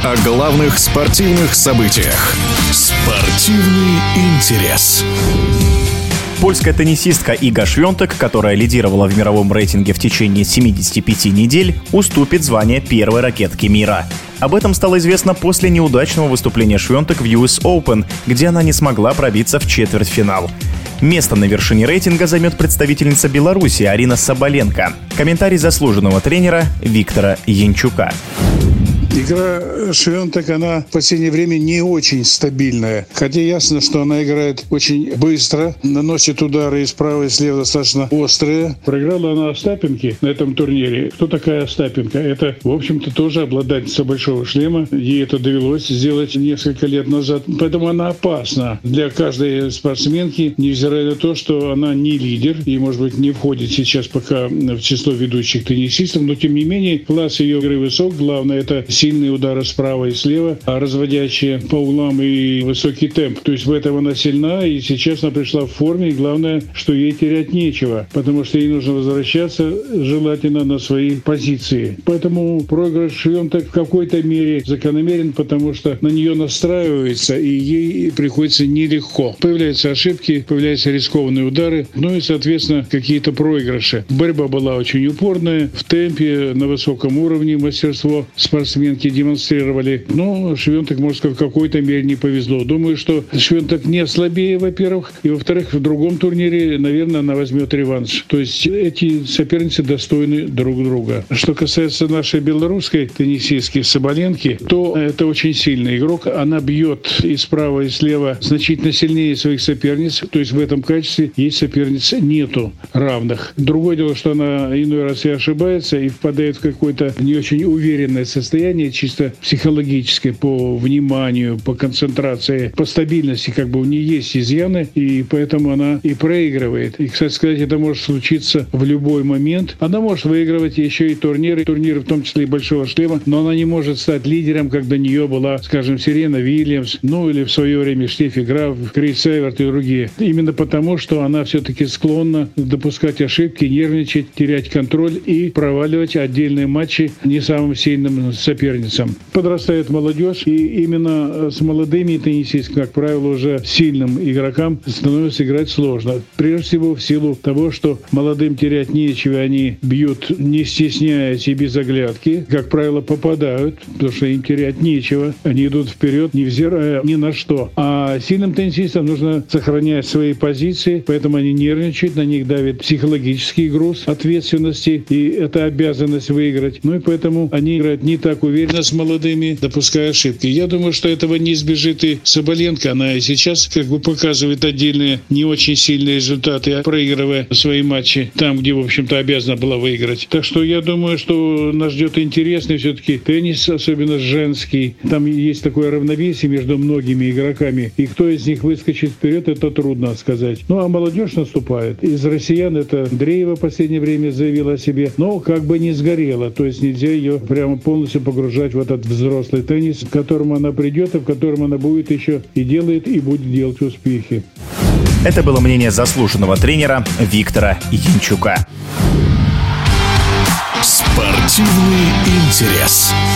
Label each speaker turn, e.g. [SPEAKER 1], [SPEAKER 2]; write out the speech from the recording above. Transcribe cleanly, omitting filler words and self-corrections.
[SPEAKER 1] о главных спортивных событиях. Спортивный интерес.
[SPEAKER 2] Польская теннисистка Ига Świątek, которая лидировала в мировом рейтинге в течение 75 недель, уступит звание первой ракетки мира. Об этом стало известно после неудачного выступления Świątek в US Open, где она не смогла пробиться в четвертьфинал. Место на вершине рейтинга займет представительница Беларуси Арина Сабаленко. Комментарий заслуженного тренера Виктора Янчука.
[SPEAKER 3] Игра Świątek, она в последнее время не очень стабильная. Хотя ясно, что она играет очень быстро, наносит удары и справа, и слева достаточно острые. Проиграла она Остапенко на этом турнире. Кто такая Остапенко? Это, в общем-то, тоже обладательница большого шлема. Ей это довелось сделать несколько лет назад. Поэтому она опасна для каждой спортсменки, невзирая на то, что она не лидер и, может быть, не входит сейчас пока в число ведущих теннисистов. Но, тем не менее, класс ее игры высок. Главное, это сильные удары справа и слева, разводящие по углам и высокий темп. То есть в этом она сильна, и сейчас она пришла в форме, и главное, что ей терять нечего, потому что ей нужно возвращаться желательно на свои позиции. Поэтому проигрыш Świątek в какой-то мере закономерен, потому что на нее настраивается, и ей приходится нелегко. Появляются ошибки, появляются рискованные удары, ну и, соответственно, какие-то проигрыши. Борьба была очень упорная, в темпе, на высоком уровне мастерство спортсменки демонстрировали. Но Świątek, можно сказать, в какой-то мере не повезло. Думаю, что Świątek не слабее, во-первых, и, во-вторых, в другом турнире, наверное, она возьмет реванш. То есть эти соперницы достойны друг друга. Что касается нашей белорусской теннисистки Сабаленки, то это очень сильный игрок. Она бьет и справа, и слева значительно сильнее своих соперниц. То есть в этом качестве ей соперниц нету равных. Другое дело, что она иной раз и ошибается, и впадает в какое-то не очень уверенное состояние, чисто психологическое, по вниманию, по концентрации, по стабильности, как бы у нее есть изъяны, и поэтому она и проигрывает. И, кстати сказать, это может случиться в любой момент. Она может выигрывать еще и турниры, в том числе и большого шлема, но она не может стать лидером, как до нее была, скажем, Серена Вильямс, ну или в свое время Штеффи Граф, Крис Эверт и другие. Именно потому, что она все-таки склонна допускать ошибки, нервничать, терять контроль и проваливать отдельные матчи не самым сильным соперницам. Подрастает молодежь, и именно с молодыми теннисистами, как правило, уже сильным игрокам становится играть сложно. Прежде всего в силу того, что молодым терять нечего, они бьют, не стесняясь и без оглядки. Как правило, попадают, потому что им терять нечего. Они идут вперед, невзирая ни на что. А сильным теннисистам нужно сохранять свои позиции, поэтому они нервничают, на них давит психологический груз ответственности, и это обязанность выиграть. Ну и поэтому они играют не так уверенно с молодыми, допуская ошибки. Я думаю, что этого не избежит и Сабаленко. Она и сейчас как бы показывает отдельные не очень сильные результаты, проигрывая свои матчи там, где, в общем-то, обязана была выиграть. Так что я думаю, что нас ждет интересный все-таки теннис, особенно женский. Там есть такое равновесие между многими игроками. И кто из них выскочит вперед, это трудно сказать. Ну, а молодежь наступает. Из россиян это Андреева в последнее время заявила о себе, но как бы не сгорела. То есть нельзя ее прямо полностью погружать в этот взрослый теннис, к которому она придет, и в котором она будет еще и делает, и будет делать успехи.
[SPEAKER 2] Это было мнение заслуженного тренера Виктора Янчука.
[SPEAKER 1] Спортивный интерес.